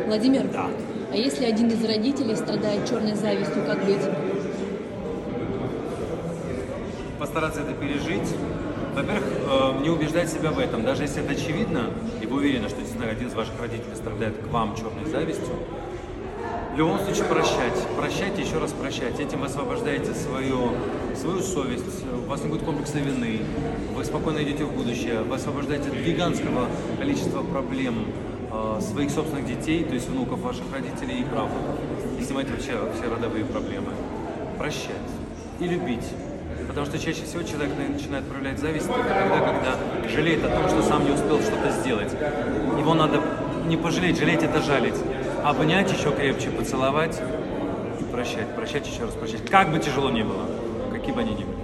Владимир, Да. а если один из родителей страдает черной завистью, как быть? Постараться это пережить. Во-первых, не убеждать себя в этом. Даже если это очевидно, и вы уверены, что действительно один из ваших родителей страдает к вам черной завистью, в любом случае прощать. Прощать и еще раз прощать. Этим вы освобождаете свою совесть, у вас не будет комплекса вины, вы спокойно идете в будущее, вы освобождаете от гигантского количества проблем своих собственных детей, то есть внуков ваших родителей и правнуков. И снимаете вообще все родовые проблемы. Прощать и любить. Потому что чаще всего человек начинает проявлять зависть когда жалеет о том, что сам не успел что-то сделать. Его надо не пожалеть, жалеть это жалить. Обнять еще крепче, поцеловать и прощать. Прощать еще раз прощать. Как бы тяжело ни было, какие бы они ни были.